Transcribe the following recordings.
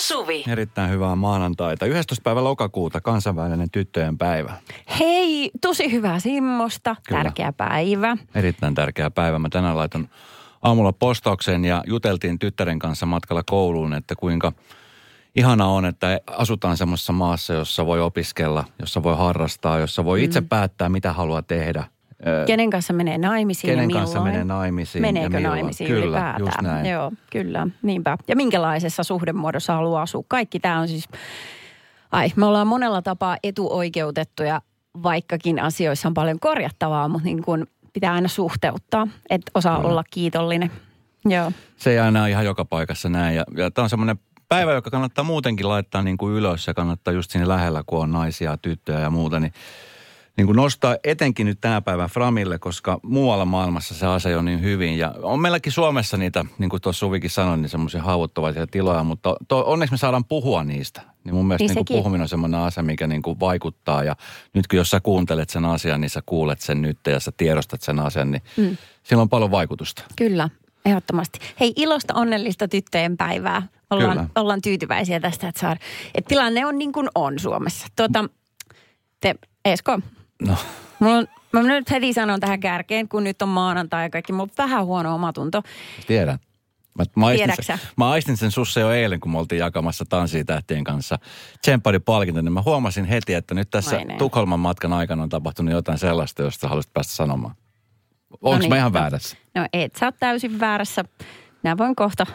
Suvi. Erittäin hyvää maanantaita. 11. päivä lokakuuta, kansainvälinen tyttöjen päivä. Hei, tosi hyvää semmoista. Kyllä. Tärkeä päivä. Erittäin tärkeä päivä. Mä tänään laitan aamulla postauksen ja juteltiin tyttären kanssa matkalla kouluun, että kuinka ihana on, että asutaan semmoisessa maassa, jossa voi opiskella, jossa voi harrastaa, jossa voi itse päättää, mitä haluaa tehdä. Kenen kanssa menee naimisiin Kenen ja milloin? kanssa menee naimisiin Meneekö ja milloin. naimisiin Kyllä, ylipäätään? just näin. Joo, kyllä, niinpä. Ja minkälaisessa suhdemuodossa haluaa asua? Kaikki tämä on siis, me ollaan monella tapaa etuoikeutettuja, vaikkakin asioissa on paljon korjattavaa, mutta niin kuin pitää aina suhteuttaa, että osaa olla kiitollinen. Joo. Se ei aina ihan joka paikassa näin. Ja tämä on semmoinen päivä, joka kannattaa muutenkin laittaa niin kuin ylös ja kannattaa just siinä lähellä, kun on naisia, tyttöjä ja muuta, niin kuin nostaa etenkin nyt tänä päivänä framille, koska muualla maailmassa se asia on niin hyvin. Ja on meilläkin Suomessa niitä, niin kuin tuossa Suvikin sanoi, niin semmoisia haavoittuvaisia tiloja, mutta onneksi me saadaan puhua niistä. Niin mun mielestä niin kuin puhuminen on semmoinen asia, mikä niin kuin vaikuttaa. Ja nyt kun jos sä kuuntelet sen asian, niin sä kuulet sen nyt ja sä tiedostat sen asian, niin sillä on paljon vaikutusta. Kyllä, ehdottomasti. Hei, ilosta onnellista tyttöjen päivää. Ollaan tyytyväisiä tästä, että tilanne on niin kuin on Suomessa. Esko? No. Mä nyt heti sanon tähän kärkeen, kun nyt on maanantai ja kaikki. Mulla on vähän huono omatunto. Tiedän. Mä aistin sen sussa jo eilen, kun me oltiin jakamassa Tanssitähtien kanssa Tsemppari-palkinto, niin mä huomasin heti, että nyt tässä Tukholman matkan aikana on tapahtunut jotain sellaista, josta sä haluaisit päästä sanomaan. Onko mä ihan väärässä? No et sä oot täysin väärässä. Mä voin kohta,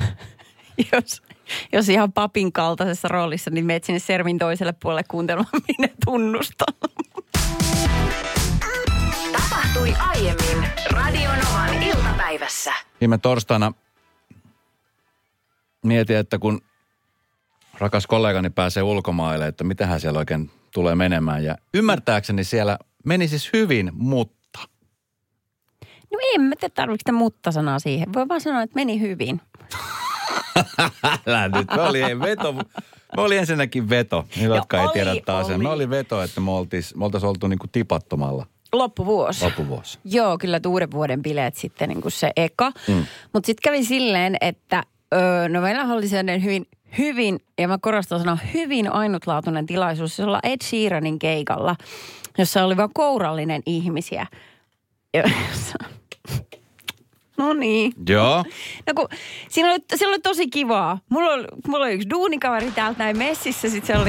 jos ihan papin kaltaisessa roolissa, niin meet sinne servin toiselle puolelle kuuntelemaan, minne tunnustaa. Tapahtui aiemmin Radionovan iltapäivässä. Viime torstaina mietin, että kun rakas kollegani pääsee ulkomaille, että mitähän siellä oikein tulee menemään. Ja ymmärtääkseni siellä meni siis hyvin, mutta. No en mä tiedä, tarvitsetko mutta-sanaa siihen. Voi vaan sanoa, että meni hyvin. Älä nyt. Me oli ensinnäkin veto. Ne, jotka ei tiedä taas. Me oli veto, että me oltaisiin oltu niin kuin tipattomalla. Loppuvuosi. Joo, kyllä uuden vuoden bileet sitten niin kuin se eka. Mutta sitten kävi silleen, että meillä oli sellainen hyvin, ja mä korostan sanoa, hyvin ainutlaatuinen tilaisuus. Se olla Ed Sheeranin keikalla, jossa oli vaan kourallinen ihmisiä. No niin. Joo. No kun siinä oli tosi kivaa. Mulla oli yksi duunikaveri täältä näin messissä, sit se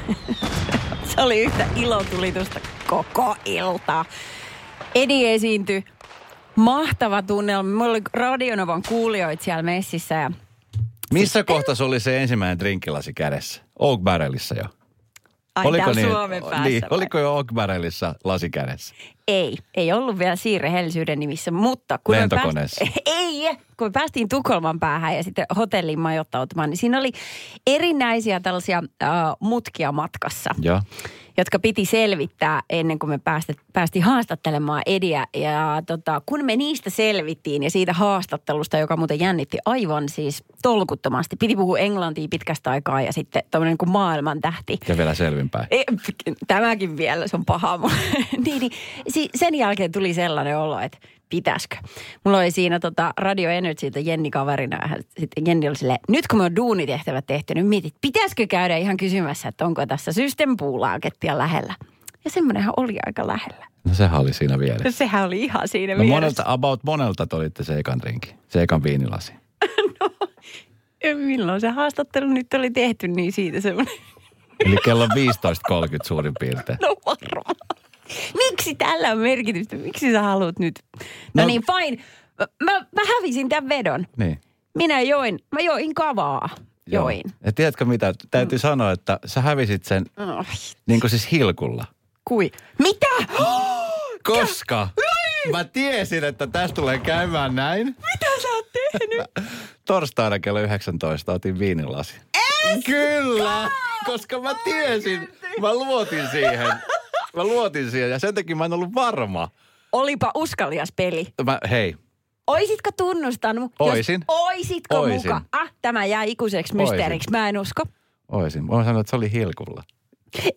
oli yhtä ilotulitusta koko ilta. Edi esiintyi. Mahtava tunnelma. Mulla oli Radionovan kuulijoita siellä messissä. Ja missä kohtaa oli se ensimmäinen drinkkilasi kädessä? Oak Barrelissa jo. Oliko niin? Suomen päässä. Niin, oliko jo Oak Barrelissa lasi kädessä? Ei ollut vielä siirre hellisyyden nimissä, mutta kun lentokoneessa. Kun me päästiin Tukholman päähän ja sitten hotelliin majoittautumaan, niin siinä oli erinäisiä tällaisia mutkia matkassa. Joo. Jotka piti selvittää ennen kuin me päästiin haastattelemaan Ediä. Ja kun me niistä selvittiin ja siitä haastattelusta, joka muuten jännitti aivan siis tolkuttomasti. Piti puhua englantia pitkästä aikaa ja sitten tämmöinen kuin maailman tähti. Ja vielä selvinpäin. Tämäkin vielä, se on paha. niin, sen jälkeen tuli sellainen olo, että pitäisikö. Mulla oli siinä Radio Energyltä Jenni kaverina ja sitten Jenni oli silleen, nyt kun me on duunitehtävät tehty, niin mietit, pitäisikö käydä ihan kysymässä, että onko tässä System Pool-laakettia lähellä. Ja semmoinenhan oli aika lähellä. No sehän oli siinä vieressä. No sehän oli ihan siinä vieressä. Monelta te olitte se ekan drinkin, se ekan viinilasi. No, milloin se haastattelu nyt oli tehty, niin siitä semmoinen. Eli kello 15.30 suurin piirtein. No varmaan. Miksi tällä on merkitystä? Miksi sä haluat nyt? No niin, fine. Mä hävisin tämän vedon. Niin. Mä join kavaa. Join. Ja tiedätkö mitä? Täytyy sanoa, että sä hävisit sen niin kuin siis hilkulla. Kui? Mitä? Koska mä tiesin, että tästä tulee käymään näin. Mitä sä oot tehnyt? Torstaina kello 19 otin viinilasi. Kyllä, koska mä tiesin. Mä luotin siihen ja sen takia mä en ollut varma. Olipa uskalias peli. Hei. Oisitko tunnustanut? Oisin. Oisitko muka? Tämä jää ikuiseksi mysteeriksi. Mä en usko. Oisin. Mä sanoin, että se oli hilkulla.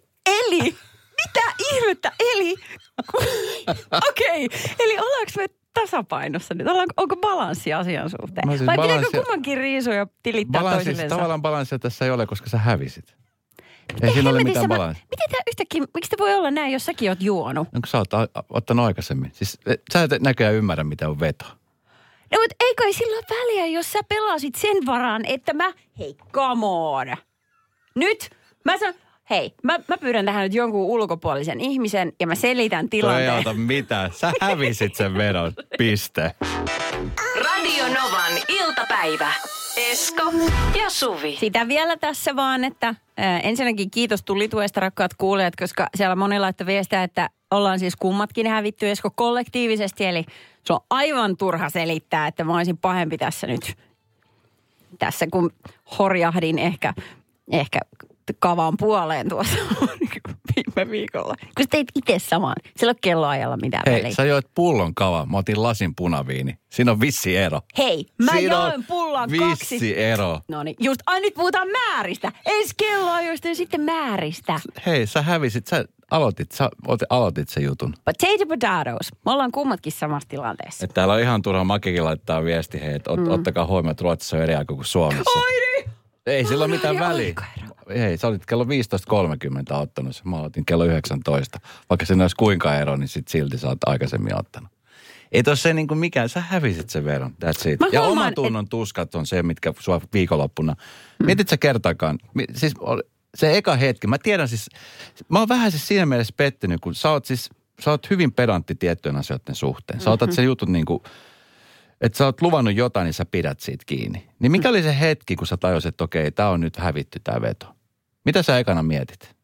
Eli? Mitä ihmettä? Eli? Okei. Eli ollaanko me tasapainossa nyt? Onko balanssi asian suhteen? Siis vai pitääkö kummankin riisua ja tilittää toisillensa? Tavallaan balanssia tässä ei ole, koska sä hävisit. Ei siinä ole mitään balanssia. Miten tämä yhtäkkiä, miksi te voi olla näin, jos säkin oot juonut? Onko sä oot ottanut aikaisemmin? Siis sä et näköjään ymmärrä, mitä on veto. No, mutta ei kai sillä väliä, jos sä pelasit sen varaan, että hei, come on. Nyt, mä sanon, hei, mä pyydän tähän nyt jonkun ulkopuolisen ihmisen ja mä selitän tilanteen. Toi ei auta mitään. Sä hävisit sen vedon. Piste. Radio Novan iltapäivä. Esko ja Suvi. Sitä vielä tässä vaan, että ensinnäkin kiitos tulituesta, rakkaat kuulijat, koska siellä moni laittoi viestiä, että ollaan siis kummatkin hävitty Esko kollektiivisesti, eli se on aivan turha selittää, että mä olisin pahempi tässä nyt. Tässä kun horjahdin ehkä kavaan puoleen tuossa viime viikolla. Kun sä teit itse saman. Sillä on kelloajalla mitään väliä. Hei, sä joit pullon kavaa. Mä otin lasin punaviini. Siinä on vissi ero. Hei, mä join pullon kaksi. Vissi ero. Noniin, just, nyt puhutaan määristä. Ensi kelloajoista ja sitten määristä. Hei, sä hävisit, sä aloitit sen jutun. Potatoes. Me ollaan kummatkin samassa tilanteessa. Et täällä on ihan turha Makikin laittaa viesti, hei, että ottakaa huomioon, että Ruotsissa on eri aika kuin Suomessa. Oi niin! Ei sillä ole mitään väliä. Hei, sä olit kello 15.30 ottanut, mä otin kello 19. Vaikka siinä olisi kuinka ero, niin sit silti sä oot aikaisemmin ottanut. Ei tossa niin kuin mikään, sä hävisit sen veron, that's it. Ja oman tunnon tuskat on se, mitkä sua viikonloppuna. Mietit sä kertaakaan, siis se eka hetki, mä tiedän siis, mä oon vähän siis siinä mielessä pettynyt, kun sä oot hyvin pedantti tiettyjen asioiden suhteen. Sä otat sen jutut niin kuin, että sä oot luvannut jotain, niin sä pidät siitä kiinni. Niin mikä oli se hetki, kun sä tajusit, että okei, tää on nyt hävitty tää veto? Mitä sä ekana mietit?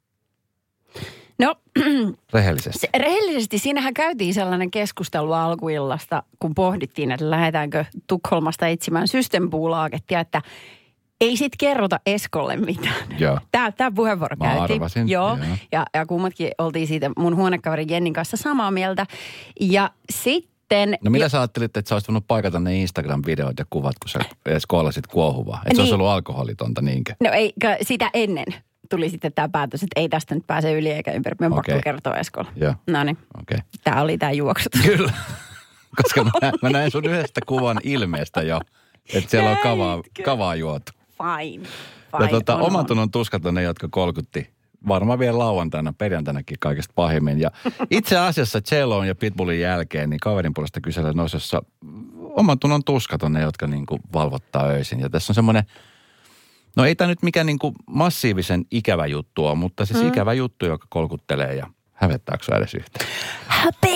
No, rehellisesti siinähän käytiin sellainen keskustelu alkuillasta, kun pohdittiin, että lähdetäänkö Tukholmasta etsimään Systembolagettia, että ei sit kerrota Eskolle mitään. Joo. Tämä puheenvuoro käytiin. Arvasin. Joo. Ja kummatkin oltiin siitä mun huonekaverin Jennin kanssa samaa mieltä. Ja sitten... No mitä sä ajattelit, että sä olisit voinut paikata ne Instagram-videot ja kuvat, kun sä edes koolasit kuohuvaa? Että se olisi ollut alkoholitonta niinkö? No ei, sitä ennen tuli sitten tämä päätös, että ei tästä nyt pääse yli eikä ympäri. Me on pakko kertoa Eskolle. Joo. Noniin. Okay. Tämä oli tämä juoksut. Kyllä. Koska mä näin sun yhdestä kuvan ilmeestä jo, että siellä on kavaa juotu. Fine. Ja oman tunnon tuskat on ne, jotka kolkutti varmaan vielä lauantaina, perjantainakin kaikesta pahimmin. Ja itse asiassa J-Lon ja Pitbullin jälkeen, niin kaverin puolesta kysellä nousessa oman tunnon tuskat on ne, jotka niin kuin valvottaa öisin. Ja tässä on semmoinen, no ei tämä nyt mikään niin kuin massiivisen ikävä juttu ole, mutta siis ikävä juttu, joka kolkuttelee ja hävettääkö sä edes yhtään? Häpe!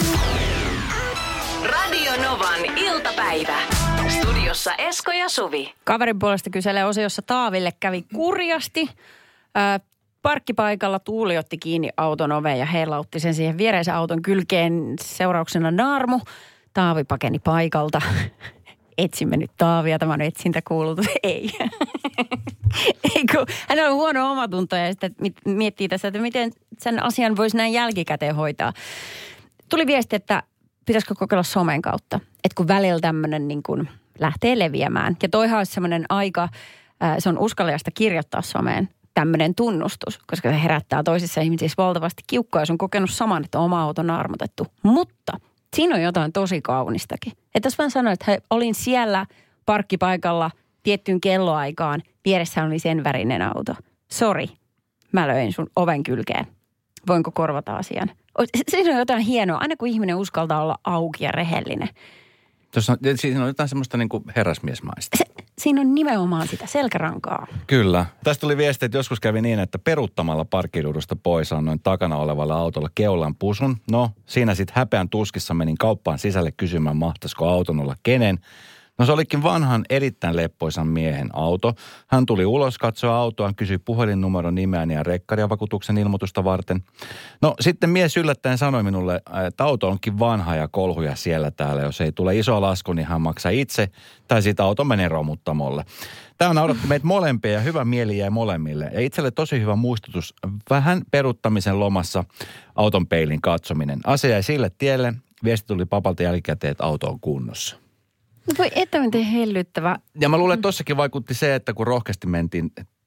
Radio Novan iltapäivä. Studiossa Esko ja Suvi. Kaverin puolesta kyselee osiossa Taaville kävi kurjasti. Parkkipaikalla Tuuli otti kiinni auton oveen ja heilautti sen siihen viereisen auton kylkeen, seurauksena naarmu. Taavi pakeni paikalta. Etsimme nyt Taavia, tämä on etsintäkuulutus. Ei. Ei kun hänellä on huono omatunto ja sitten miettii tässä, että miten sen asian voisi näin jälkikäteen hoitaa. Tuli viesti, että pitäisikö kokeilla somen kautta. Että kun välillä tämmöinen niin kuin lähtee leviämään. Ja toihan olisi semmoinen aika, se on uskallista kirjoittaa someen tämmöinen tunnustus, koska se herättää toisissa ihmisissä valtavasti kiukkaa, jos on kokenut saman, että oma auto on armotettu. Mutta siinä on jotain tosi kaunistakin. Että jos mä sanoin, että hei, olin siellä parkkipaikalla tiettyyn kelloaikaan, vieressä oli sen värinen auto. Sori, mä löin sun oven kylkeen. Voinko korvata asian? Siinä on jotain hienoa, aina kun ihminen uskaltaa olla auki ja rehellinen. Siinä on jotain semmoista niin kuin herrasmiesmaista. Siinä on nimenomaan sitä selkärankaa. Kyllä. Tästä tuli viesti, että joskus kävi niin, että peruuttamalla parkkiruudusta pois annoin takana olevalle autolle keulan pusun. No, siinä sitten häpeän tuskissa menin kauppaan sisälle kysymään, mahtaisiko auton olla kenen. No se olikin vanhan erittäin leppoisan miehen auto. Hän tuli ulos, katsoi autoaan, kysyi puhelinnumeron nimeäni ja rekkaria vakuutuksen ilmoitusta varten. No sitten mies yllättäen sanoi minulle, että auto onkin vanha ja kolhuja siellä täällä. Jos ei tule iso lasku, niin hän maksaa itse tai siitä auto menee romuttamolle. Tämä nauratti meitä molempia ja hyvä mieli jäi molemmille. Ja itselle tosi hyvä muistutus, vähän peruttamisen lomassa auton peilin katsominen. Asia jäi sille tielle, viesti tuli papalta jälkikäteen, että auto on kunnossa. Voi etämiten hellyttävä. Ja mä luulen, että tossakin vaikutti se, että kun rohkeasti mentiin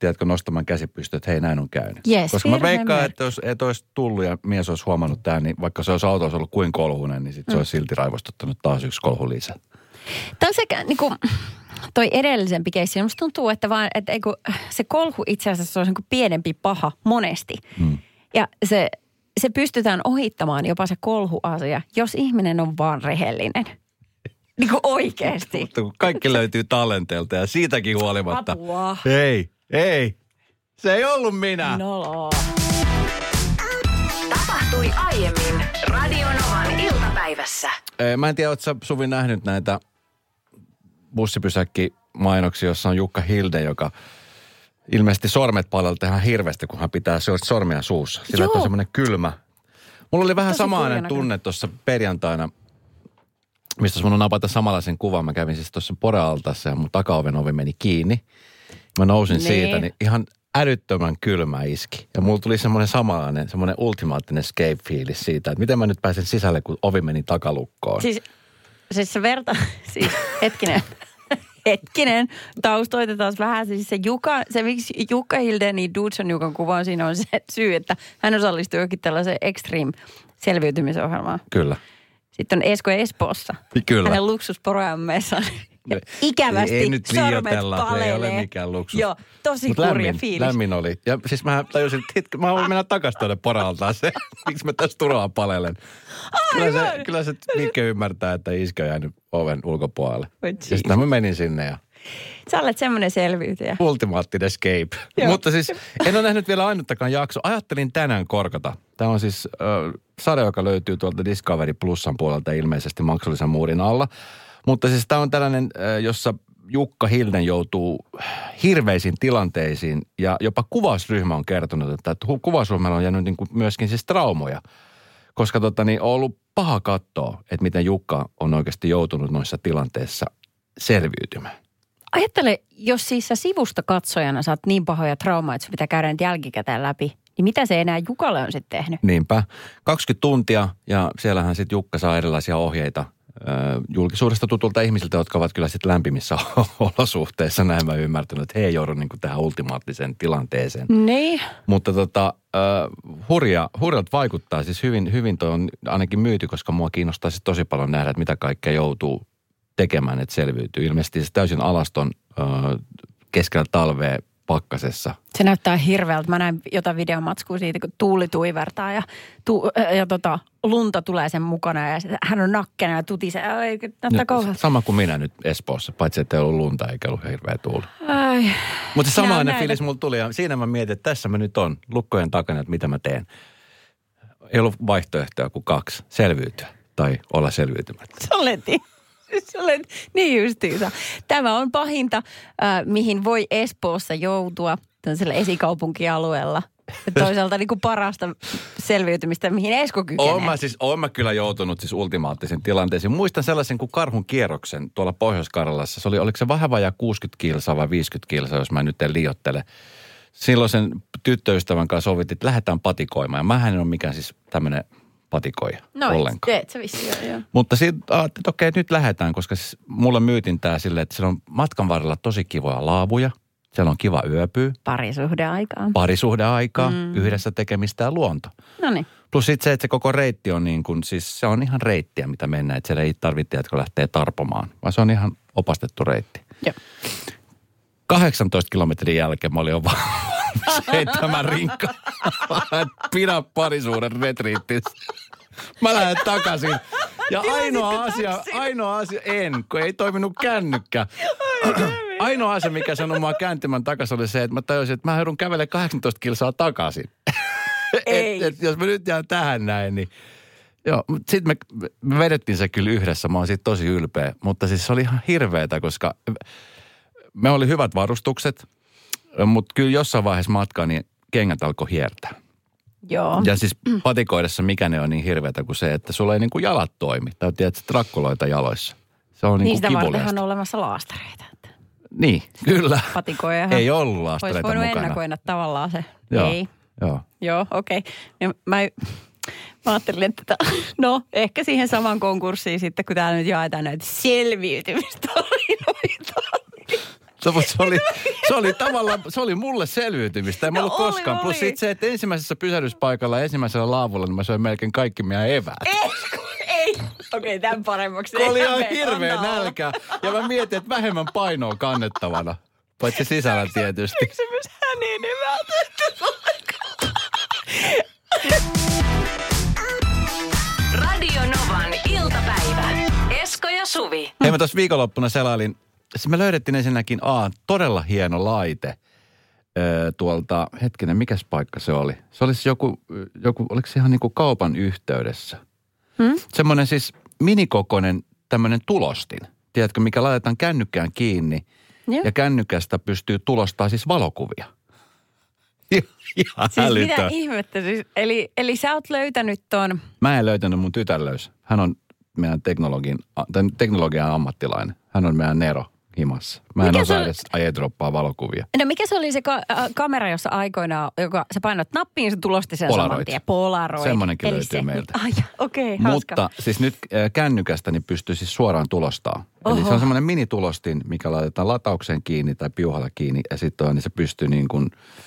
tiedätkö, nostamaan käsipystyä, että hei, näin on käynyt. Yes, koska mä veikkaan, että jos et olisi tullut ja mies olisi huomannut tämän, niin vaikka se olisi autossa ollut kuin kolhunen, niin sit se olisi silti raivostuttanut taas yksi kolhu lisää. Tämä on sekä niin kuin toi edellisempi keissi. Minusta tuntuu, että se kolhu itse asiassa on niin kuin pienempi paha monesti. Ja se pystytään ohittamaan jopa se kolhuasia, jos ihminen on vaan rehellinen. Niin kuin oikeasti. Mutta kun kaikki löytyy talenteelta ja siitäkin huolimatta. Apua. Ei. Se ei ollut minä. Noloo. Tapahtui aiemmin Radionovan iltapäivässä. Mä en tiedä, ootko sä, Suvi, nähnyt näitä bussipysäkki-mainoksia, jossa on Jukka Hilde, joka ilmeisesti sormet palaa ihan hirveästi, kun hän pitää sormia suussa. Sillä on semmoinen kylmä. Mulla oli vähän samainen tunne tuossa perjantaina, mistä mun on napata samanlaisen kuvan. Mä kävin siis tuossa Porealtassa ja mun takaoven ovi meni kiinni. Mä nousin siitä, niin ihan älyttömän kylmä iski. Ja mulla tuli semmoinen samanlainen, semmoinen ultimaattinen escape-fiilis siitä, että miten mä nyt pääsen sisälle, kun ovi meni takalukkoon. Siis se hetkinen, taustoitetaan vähän. Siis se miksi Jukka Hilde, niin Dudson Jukan kuva siinä on se syy, että hän osallistui jokin tällaiseen extreme-selviytymisohjelmaan. Kyllä. Sitten on Esko Espoossa. Kyllä. Hänen luksusporoammessa. Ikävästi ei nyt sormet liioitella, palelee. se ei ole mikään luksus. Joo, tosi kurja fiilis. Lämmin oli. Ja siis mä tajusin, että mä voin mennä takaisin tuonne Poraltaan se, miksi mä tässä turhaan palelen. Kyllä se Mikke ymmärtää, että iskä on jäänyt oven ulkopuolelle. Ja sitten mä menin sinne ja... Sä olet semmoinen selviytyjä. Ultimaattinen escape. Mutta siis en ole nähnyt vielä ainuttakaan jakso. Ajattelin tänään korkata. Tämä on siis sarja, joka löytyy tuolta Discovery Plusan puolelta ilmeisesti maksullisen muurin alla. Mutta siis tämä on tällainen, jossa Jukka Hilden joutuu hirveisiin tilanteisiin ja jopa kuvausryhmä on kertonut, että kuvausryhmällä on jäänyt niin kuin myöskin siis traumoja. Koska on ollut paha katsoa, että miten Jukka on oikeasti joutunut noissa tilanteissa selviytymään. Ajattele, jos siis sä sivusta katsojana saat niin pahoja traumaa, että sun pitää käydä nyt jälkikäteen läpi, niin mitä se enää Jukalle on sitten tehnyt? Niinpä. 20 tuntia ja siellähän sitten Jukka saa erilaisia ohjeita julkisuudesta tutulta ihmisiltä, jotka ovat kyllä sitten lämpimissä olosuhteissa, näin mä ymmärtänyt, että he ei joudu niin kuin tähän ultimaattiseen tilanteeseen. Niin. Mutta hurjalta vaikuttaa, siis hyvin toi on ainakin myyty, koska mua kiinnostaa siis tosi paljon nähdä, että mitä kaikkea joutuu tekemään, että selviytyy. Ilmeisesti siis täysin alaston keskellä talvea pakkasessa. Se näyttää hirveältä. Mä näin jotain videomatskua siitä, kun tuuli tuivertaa ja lunta tulee sen mukana ja hän on nakkena ja tutisee. Näyttää kauhealta. Sama kuin minä nyt Espoossa, paitsi että ei ollut lunta eikä ollut hirveä tuuli. Ai. Mutta se samainen fiilis mulla tuli ja siinä mä mietin, että tässä mä nyt on lukkojen takana, että mitä mä teen. Ei ollut vaihtoehtoja kuin 2, selviytyä tai olla selviytymättä. Se olet niin justiinsa. Tämä on pahinta, mihin voi Espoossa joutua tällaisella esikaupunkialueella. Toisaalta niin kuin parasta selviytymistä, mihin Esko kykenee. Oon mä kyllä joutunut siis ultimaattisen tilanteeseen. Muistan sellaisen kuin karhun kierroksen tuolla Pohjois-Karjalassa. Oliko se vähän vajaa 60 kilsaa vai 50 kilsaa, jos mä nyt en liioittele. Silloin sen tyttöystävän kanssa sovittiin, että lähdetään patikoimaan. Ja mähän en ole mikään siis tämmöinen patikoija ollenkaan. Teet sä vissiin, joo. Mutta sitten ajattelin, että okei, nyt lähdetään, koska siis mulle myytin tää silleen, että siellä on matkan varrella tosi kivoja laavuja. Siellä on kiva yöpyä. Parisuhdeaikaa, yhdessä tekemistä ja luonto. Noniin. Plus sitten se, että se koko reitti on niin kuin, siis se on ihan reittiä, mitä mennään. Että siellä ei tarvitse, että lähtee tarpomaan, vaan se on ihan opastettu reitti. Joo. 18 kilometrin jälkeen mä olin jo heittämään rinkkaan. Pidä parisuuden retriittissä. Mä lähden takaisin. Ja ainoa asia, kun ei toiminut kännykkä. Ainoa asia, mikä sanoi mua kääntymään takaisin, oli se, että mä tajusin, että mä joudun kävelemään 18 kilsaa takaisin. Jos mä nyt jään tähän näin, niin... Joo, sitten me vedettiin se kyllä yhdessä. Mä oon siitä tosi ylpeä. Mutta siis se oli ihan hirveetä, koska me oli hyvät varustukset. Mutta kyllä jossain vaiheessa matkaa, niin kengät alkoi hiertää. Joo. Ja siis patikoidessa mikä ne on niin hirveätä kuin se, että sulla ei niin kuin jalat toimi. Tai tiedät, trakkuloita jaloissa. Se on niin kuin kivuliasta. Niistä vartenhan on olemassa laastareita. Niin, kyllä. Patikoijahan. Ei ollut laastareita mukana. Olisi voinut ennakoida tavallaan se. Joo. Ei. Joo, okei. Mä ajattelin, että ehkä siihen samaan konkurssiin sitten, kun täällä nyt jaetaan näitä selviytymistarinoita. Se oli mulle selviytymistä. Ei mä ollut koskaan. Plus sit se, että ensimmäisessä pysähdyspaikalla ja ensimmäisellä laavulla, niin mä söin melkein kaikki meidän eväät. Ei. Okei, tämän paremmaksi. Oli ihan hirveä nälkä. Ja mä mietin, että vähemmän painoa kannettavana. Paitsi sisällä tietysti. Eikö se myös hänen eväät? Radio Novan iltapäivä. Esko ja Suvi. Hei, mä tuossa viikonloppuna selailin. Me löydettiin ensinnäkin todella hieno laite tuolta, hetkinen, mikäs paikka se oli? Se olisi joku oliko se ihan niin kuin kaupan yhteydessä? Semmoinen siis minikokoinen tämmöinen tulostin. Tiedätkö, mikä laitetaan kännykkään kiinni ja kännykästä pystyy tulostaa siis valokuvia. Ihan siis älytön. mitä ihmettä? Siis, eli sä oot löytänyt ton... Mä en löytänyt, mun tytär löysi. Hän on meidän teknologian ammattilainen. Hän on meidän Nero himassa. Mä en osaa edes airdroppaa valokuvia. No mikä se oli se kamera, jossa aikoinaan, joka sä painat nappiin, se tulosti sen saman tien. Polaroid. Semmoinenkin löytyy meiltä. Okei, hauska. Mutta siis nyt kännykästä niin pystyy siis suoraan tulostaa. Oho. Eli se on semmoinen minitulostin, mikä laitetaan lataukseen kiinni tai piuhalla kiinni. Ja sitten niin se pystyy niin kuin,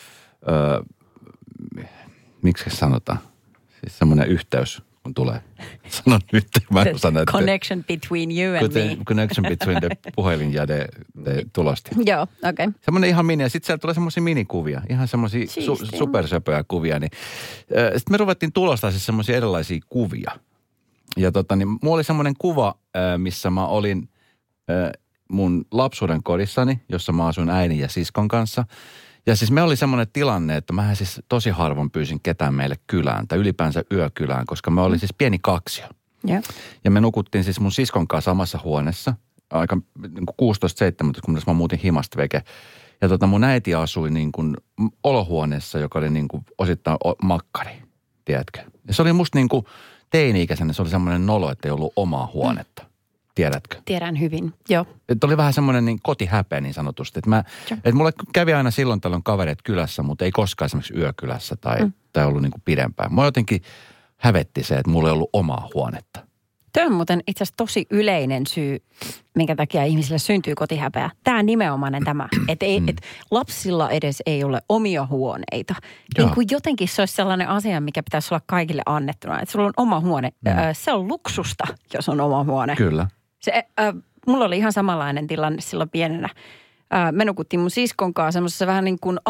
miksi sanotaan, siis semmoinen yhteys. Kun tulee. Sanon nyt, mä en osannut, että... Connection between you and me. Connection between the puhelin ja the tulosti. Joo, okei. Okay. Semmoinen ihan mini, ja sitten siellä tulee semmoisia minikuvia, ihan semmoisia supersöpöjä kuvia. Niin, sitten me ruvettiin tulostaa siis semmoisia erilaisia kuvia. Ja niin mulla oli semmoinen kuva, missä mä olin mun lapsuuden kodissani, jossa mä asuin äidin ja siskon kanssa. Ja siis me oli semmoinen tilanne, että mähän siis tosi harvoin pyysin ketään meille kylään tai ylipäänsä yökylään, koska me oli siis pieni kaksio. Yeah. Ja me nukuttiin siis mun siskon kanssa samassa huoneessa, aika niin kuin 16-17, kun mä muutin himasta veke. Ja mun äiti asui niin kuin olohuoneessa, joka oli niin kuin osittain makkari, tiedätkö? Ja se oli musta niin kuin teini-ikäisenä, se oli semmoinen nolo, että ei ollut omaa huonetta. Tiedätkö? Tiedän hyvin, joo. Että oli vähän semmoinen niin kotihäpeä niin sanotusti. Että mulle kävi aina silloin tällöin kavereet kylässä, mutta ei koskaan esimerkiksi yökylässä tai ollut niin kuin pidempään. Mua jotenkin hävetti se, että mulla ei ollut omaa huonetta. Tämä on muuten itse asiassa tosi yleinen syy, minkä takia ihmisille syntyy kotihäpeä. Tämä nimenomainen tämä, että lapsilla edes ei ole omia huoneita. Niin kuin jotenkin se olisi sellainen asia, mikä pitäisi olla kaikille annettuna. Että sulla on oma huone. Se on luksusta, jos on oma huone. Kyllä. Mulla oli ihan samanlainen tilanne silloin pienenä. Me nukuttiin mun siskon kanssa semmoisessa vähän niin kuin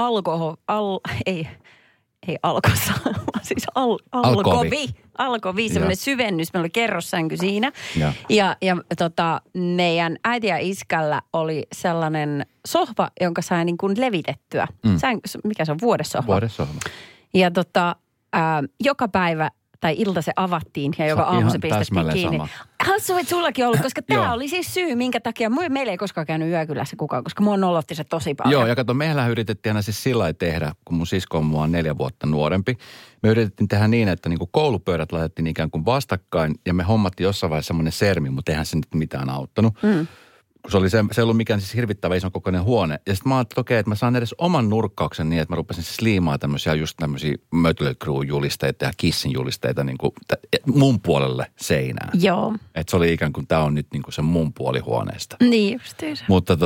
alkovi, semmoinen syvennys. Meillä oli kerrossänky siinä. Ja meidän äiti ja iskällä oli sellainen sohva, jonka sai niin kuin levitettyä. Mikä se on? Vuodessohva. Vuodessohva. Ja joka päivä tai ilta se avattiin ja joka aamu se pistettiin kiinni. Hassu, että sullakin ollut, koska tämä oli siis syy, minkä takia meillä ei koskaan käynyt yökylässä kukaan, koska mua nolotti se tosi paljon. Joo, ja kato, mehän yritettiin aina siis sillä lailla tehdä, kun mun sisko on mua 4 vuotta nuorempi. Me yritettiin tehdä niin, että niinku koulupöydät laitettiin ikään kuin vastakkain ja me hommattiin jossain vaiheessa semmoinen sermi, mutta eihän se nyt mitään auttanut. Kun se ei ollut mikään siis hirvittävä ison kokoinen huone. Ja sitten mä ajattelin, että okei, että mä saan edes oman nurkkauksen niin, että mä rupesin siis liimaa tämmöisiä Mötley Crue-julisteita ja Kissin julisteita niin kuin mun puolelle seinään. Joo. Että se oli ikään kuin, tää on nyt niin kuin se mun puoli huoneesta. Niin justiinsa. Mutta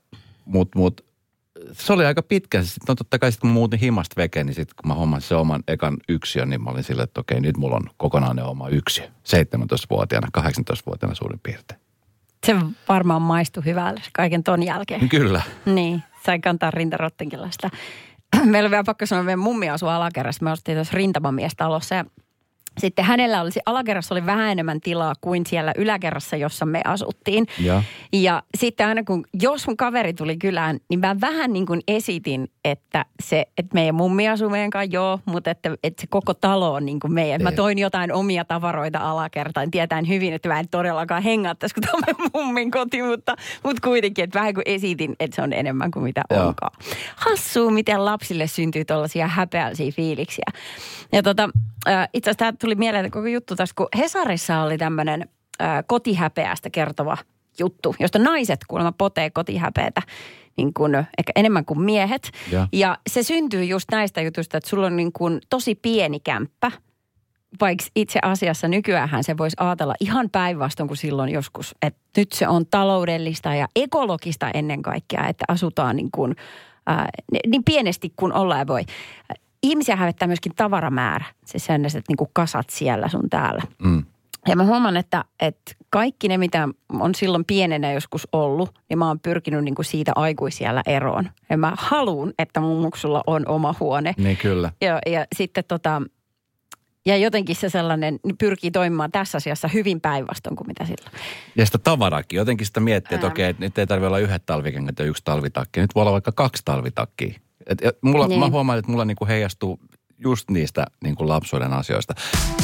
se oli aika pitkä. Sitten totta kai sitten kun mä muutin himasta vekeen, niin sitten kun mä hommasin sen oman ekan yksiön, niin mä olin silleen, että okei, nyt mulla on kokonainen oma yksiö. 17-vuotiaana, 18-vuotiaana suurin piirtein. Se varmaan maistui hyvälle kaiken ton jälkeen. Kyllä. Niin, sai kantaa rintarottinkilaista. Meillä on vielä pakko sanoa, että meidän mummi asui alakerrassa. Me asuttiin tuossa rintamamiestalossa ja sitten hänellä alakerrassa oli vähän enemmän tilaa kuin siellä yläkerrassa, jossa me asuttiin. Ja sitten aina jos mun kaveri tuli kylään, niin mä vähän niin kuin esitin, että meidän mummi asuu meidän kanssa, mutta että se koko talo on niin kuin meidän. Mä toin jotain omia tavaroita alakertaan, tietäen hyvin, että mä en todellakaan hengaattaisi, kun tämä on meidän mummin koti, mutta kuitenkin, että vähän kuin esitin, että se on enemmän kuin mitä onkaan. Hassua, miten lapsille syntyy tollaisia häpeällisiä fiiliksiä. Ja itse asiassa tämä tuli mieleen koko juttu tässä, kun Hesarissa oli tämmöinen kotihäpeästä kertova juttu, josta naiset kuulemma potee kotihäpeätä niin kuin ehkä enemmän kuin miehet. Ja se syntyy just näistä jutuista, että sulla on niin kuin tosi pieni kämppä, vaikka itse asiassa nykyäänhän se voisi ajatella ihan päinvastoin kuin silloin joskus, että nyt se on taloudellista ja ekologista ennen kaikkea, että asutaan niin pienesti kuin ollaan voi. Ihmisiä hävettää myöskin tavaramäärä, se sellaiset niin kuin kasat siellä sun täällä. Ja mä huomaan, että kaikki ne, mitä on silloin pienenä joskus ollut, niin mä oon pyrkinyt niin kuin siitä aikuisiällä eroon. Ja mä haluun, että mun muksulla on oma huone. Niin kyllä. Ja sitten ja jotenkin se sellainen pyrkii toimimaan tässä asiassa hyvin päinvastoin kuin mitä silloin. Ja sitä tavaraakin. Jotenkin sitä miettii, että okei, nyt ei tarvitse olla yhdet talvikengät ja yksi talvitakki. Nyt voi olla vaikka 2 talvitakkia. Niin. Mä huomaan, että mulla niinku heijastuu just niistä niinku lapsuuden asioista.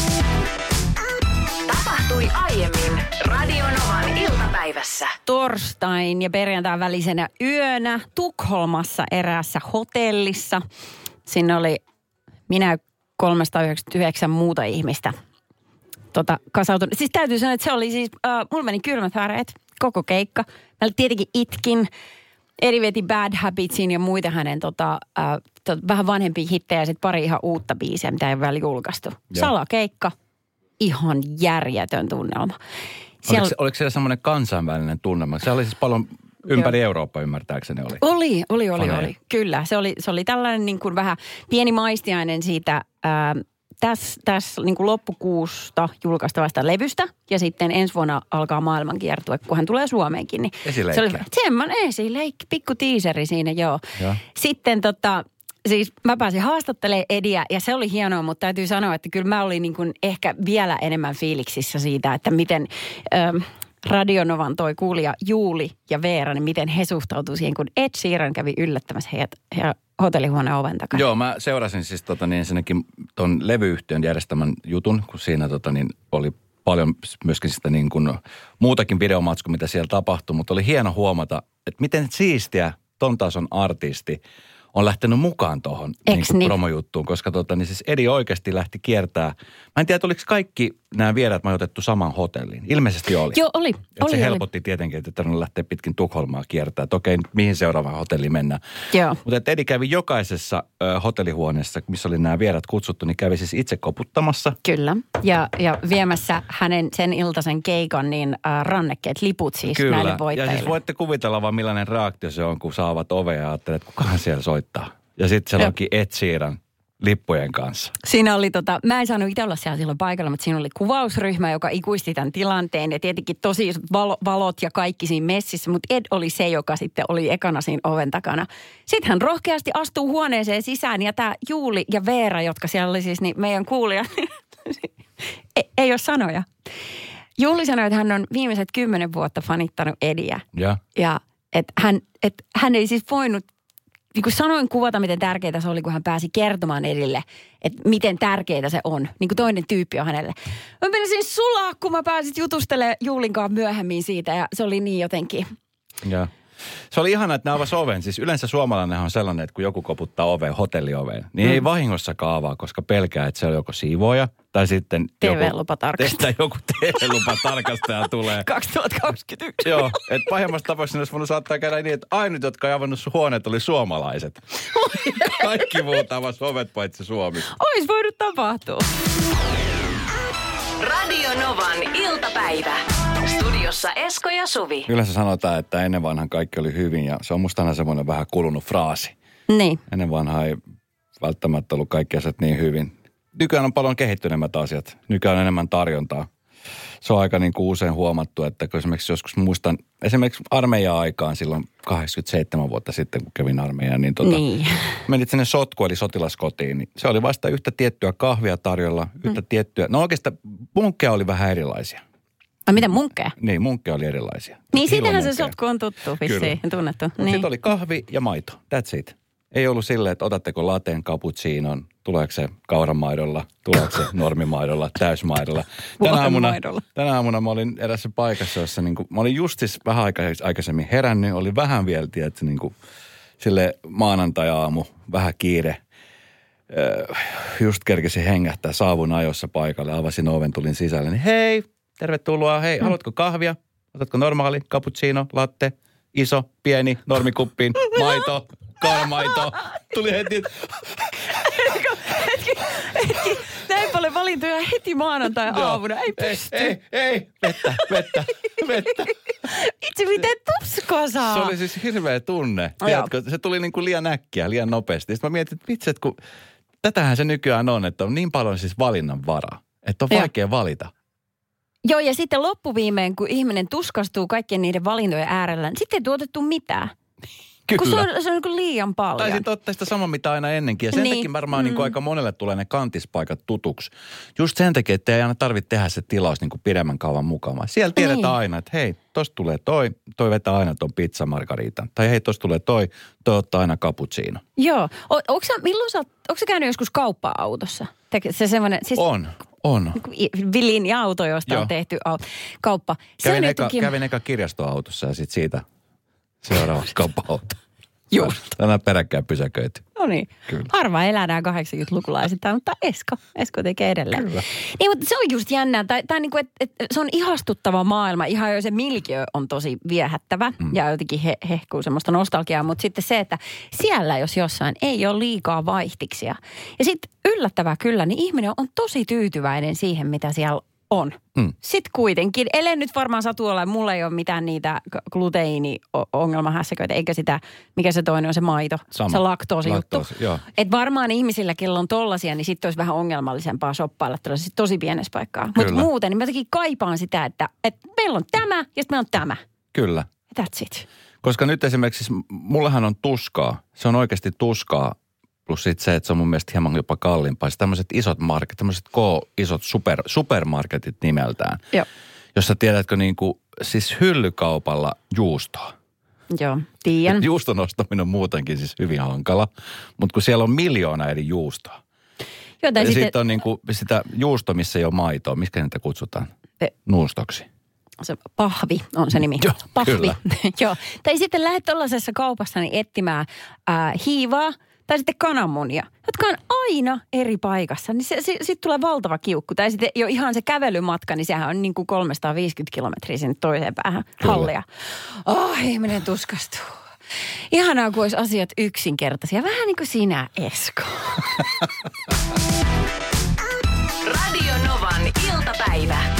Tapahtui aiemmin Radionovan iltapäivässä. Torstain ja perjantain välisenä yönä Tukholmassa eräässä hotellissa. Siinä oli minä 399 muuta ihmistä kasautunut. Siis täytyy sanoa, että se oli siis, mulla meni kylmät väreet, koko keikka. Mä tietenkin itkin. Eri veti Bad Habitsin ja muita hänen vähän vanhempia hittejä ja sitten pari ihan uutta biisiä, mitä ei ole vielä julkaistu. Salakeikka, ihan järjetön tunnelma. Oliko siellä semmoinen kansainvälinen tunnelma? Se oli siis paljon ympäri Eurooppaa, ymmärtääkseni oli. Oli. Kyllä, se oli tällainen niin kuin vähän pieni maistiainen siitä tässä niin kuin loppukuusta julkaistavasta levystä. Ja sitten ensi vuonna alkaa maailmankiertue, kun hän tulee Suomeenkin. Niin esileikki. Se oli semmoinen esileikki, pikku tiiseri siinä, joo. Ja. Sitten siis mä pääsin haastattelemaan Ediä ja se oli hienoa, mutta täytyy sanoa, että kyllä mä olin niin kuin ehkä vielä enemmän fiiliksissä siitä, että miten Radionovan toi kuulija Juuli ja Veera, niin miten he suhtautuu siihen, kun Ed Sheeran kävi yllättämässä heidät hotellihuoneen oven takana. Joo, mä seurasin siis ensinnäkin ton levyyhtiön järjestämän jutun, kun siinä oli paljon myöskin sitä niin kuin muutakin videomatskua, mitä siellä tapahtui, mutta oli hieno huomata, että miten siistiä ton tason artisti on lähtenyt mukaan tuohon niin promojuttuun, koska niin siis Edi oikeasti lähti kiertää. Mä en tiedä, oliko kaikki nämä vieraat majoitettu saman hotelliin. Ilmeisesti oli. Joo, oli. Se helpotti tietenkin, että tarvinnut lähteä pitkin Tukholmaa kiertää. Että okei, mihin seuraavaan hotelliin mennään. Joo. Mutta Edi kävi jokaisessa hotellihuoneessa, missä oli nämä vieraat kutsuttu, niin kävi siis itse koputtamassa. Kyllä. Ja viemässä hänen sen iltaisen keikan niin rannekkeet, liput siis kyllä. Näille voittajille. Ja siis voitte kuvitella vaan millainen reaktio se on, kun saavat ovea ja ajattelee, että kukaan siellä soittaa. Ja sitten se onkin Ed Sheeran lippujen kanssa. Siinä oli mä en saanut itse olla siellä silloin paikalla, mutta siinä oli kuvausryhmä, joka ikuisti tämän tilanteen. Ja tietenkin tosi valot ja kaikki siinä messissä, mutta Ed oli se, joka sitten oli ekana siinä oven takana. Sitten hän rohkeasti astuu huoneeseen sisään ja tämä Juuli ja Veera, jotka siellä oli siis niin meidän kuulijat, ei ole sanoja. Juuli sanoi, että hän on viimeiset 10 vuotta fanittanut Ediä. Ja että hän ei siis voinut niin kuin sanoin kuvata, miten tärkeää se oli, kun hän pääsi kertomaan Edille, että miten tärkeää se on. Niin kuin toinen tyyppi on hänelle. Mä menisin sulaa, kun mä pääsin jutustelemaan Juulinkaan myöhemmin siitä ja se oli niin jotenkin. Joo. Se oli ihana, että ne avasi oven. Siis yleensä suomalainen on sellainen, että kun joku koputtaa oveen, hotellioveen, niin ei vahingossakaan avaa, koska pelkää, että se on joko siivooja tai sitten joku TV-lupatarkastaja tulee. 2021. Joo, että pahimmassa tapauksessa olisi voinut saattaa käydä niin, että ainut, jotka ei avannut sun huoneet, oli suomalaiset. Kaikki muut avasi ovet paitsi Suomi. Ois voinut tapahtua. Radionovan iltapäivä. Studiossa Esko ja Suvi. Yleensä sanotaan, että ennen vanhan kaikki oli hyvin ja se on musta aina semmoinen vähän kulunut fraasi. Niin. Ennen vanhaa ei välttämättä ollut kaikki asiat niin hyvin. Nykyään on paljon kehittyneemmät asiat. Nykyään on enemmän tarjontaa. Se on aika niin kuin usein huomattu, että kun esimerkiksi muistan, esimerkiksi armeija-aikaan silloin 87 vuotta sitten, kun kävin armeijaan, niin menit sinne sotku, eli sotilaskotiin, niin se oli vasta yhtä tiettyä kahvia tarjolla, yhtä tiettyä, no oikeastaan munkkeja oli vähän erilaisia. No mitä munkkeja? Niin, munkkeja oli erilaisia. Niin siitähän se sotku on tuttu, vissiin, tunnettu. Niin. Sitten oli kahvi ja maito, that's it. Ei ollut silleen, että otatteko lateen, cappuccinon, tuleeko se kauramaidolla, tuleeko se normimaidolla, täysmaidolla. Tänä aamuna mä olin erässä paikassa, jossa mä olin just siis vähän aikaisemmin herännyt, oli vähän vielä, tietysti sille maanantai-aamu, vähän kiire. Just kerkesin hengähtää, saavun ajossa paikalle, avasin oven, tulin sisälle, niin hei, tervetuloa, hei, haluatko kahvia? Otatko normaali, cappuccino, latte, iso, pieni, normikuppiin, maito, kauramaito. Tuli heti, Hetki. Näin niin paljon valintoja heti maanantai-aamuna. Ei pysty. Ei. Vettä. Itse miten tuskaa saa. Se oli siis hirveä tunne. Tiedätkö, se tuli niin kuin liian äkkiä, liian nopeasti. Sitten mä mietin, että vitsi, että kun tätähän se nykyään on, että on niin paljon siis valinnan varaa, että on vaikea valita. Joo, ja sitten loppuviimeen, kun ihminen tuskastuu kaikkien niiden valintojen äärellä, niin sitten ei tuotettu mitään. Kyllä. Kun se on niin kuin liian paljon. Taisin ottaa sitä sama, mitä aina ennenkin. Ja sen takia varmaan niin kuin aika monelle tulee ne kantispaikat tutuksi. Just sen takia, että ei aina tarvitse tehdä se tilaus niin kuin pidemmän kauan mukana. Siellä tiedetään aina, että hei, tosta tulee toi vetää aina ton pizza margaritan. Tai hei, tosta tulee toi ottaa aina cappuccino. Joo. Onko sä käynyt joskus kauppa-autossa? Se semmoinen, siis on. Linja-auto, josta on tehty kauppa. Kävin eka kirjastoautossa ja sitten siitä seuraava kauppa-auto. Just. Tänään peräkkäin pysäköity. No niin. Harva elädään 80-lukulaisittain, mutta Esko tekee edelleen. Kyllä. Niin, mutta se on just jännää. Tai niin kuin, että se on ihastuttava maailma. Ihan jo se milkiö on tosi viehättävä ja jotenkin hehkuu semmoista nostalgiaa. Mutta sitten se, että siellä jos jossain ei ole liikaa vaihtiksia. Ja sitten yllättävää kyllä, niin ihminen on tosi tyytyväinen siihen, mitä siellä on. Sitten kuitenkin, ellei nyt varmaan satu olla, mulla ei ole mitään niitä gluteiini-ongelmahässäköitä, eikä sitä, mikä se toinen on, se maito, se laktoosijuttu. Että varmaan ihmisillä, kello on tollasia, niin sitten olisi vähän ongelmallisempaa shoppailla tällaisessa tosi pienessä paikkaa. Mutta muuten, niin mä jotenkin kaipaan sitä, että meillä on tämä ja sitten meillä on tämä. Kyllä. That's it. Koska nyt esimerkiksi, mullahan on tuskaa, se on oikeasti tuskaa. Plus sitten se, että se on mun mielestä hieman jopa kalliimpaa. Tämmöiset isot marketit, tämmöiset isot supermarketit nimeltään. Joo. Jossa tiedätkö niin kuin, siis hyllykaupalla juustoa. Joo, tiedän. Juuston ostaminen on muutenkin siis hyvin hankala. Mutta kun siellä on miljoona eri juustoa. Joo, ja sitten on niin kuin sitä juusto, missä ei ole maitoa. Miskä niitä kutsutaan? Nuustoksi. Se pahvi on se nimi. Joo, pahvi. Kyllä. Joo. Tai sitten lähdet tuollaisessa kaupassa niin etsimään hiivaa. Tai sitten kananmunia, jotka on aina eri paikassa. Niin sitten tulee valtava kiukku. Tai sitten jo ihan se kävelymatka, niin sehän on niin kuin 350 kilometriä sinne toiseen päähän hallia. Ihminen tuskastuu. Ihanaa, kun olisi asiat yksinkertaisia. Vähän niin kuin sinä, Esko. Radio Novan iltapäivä.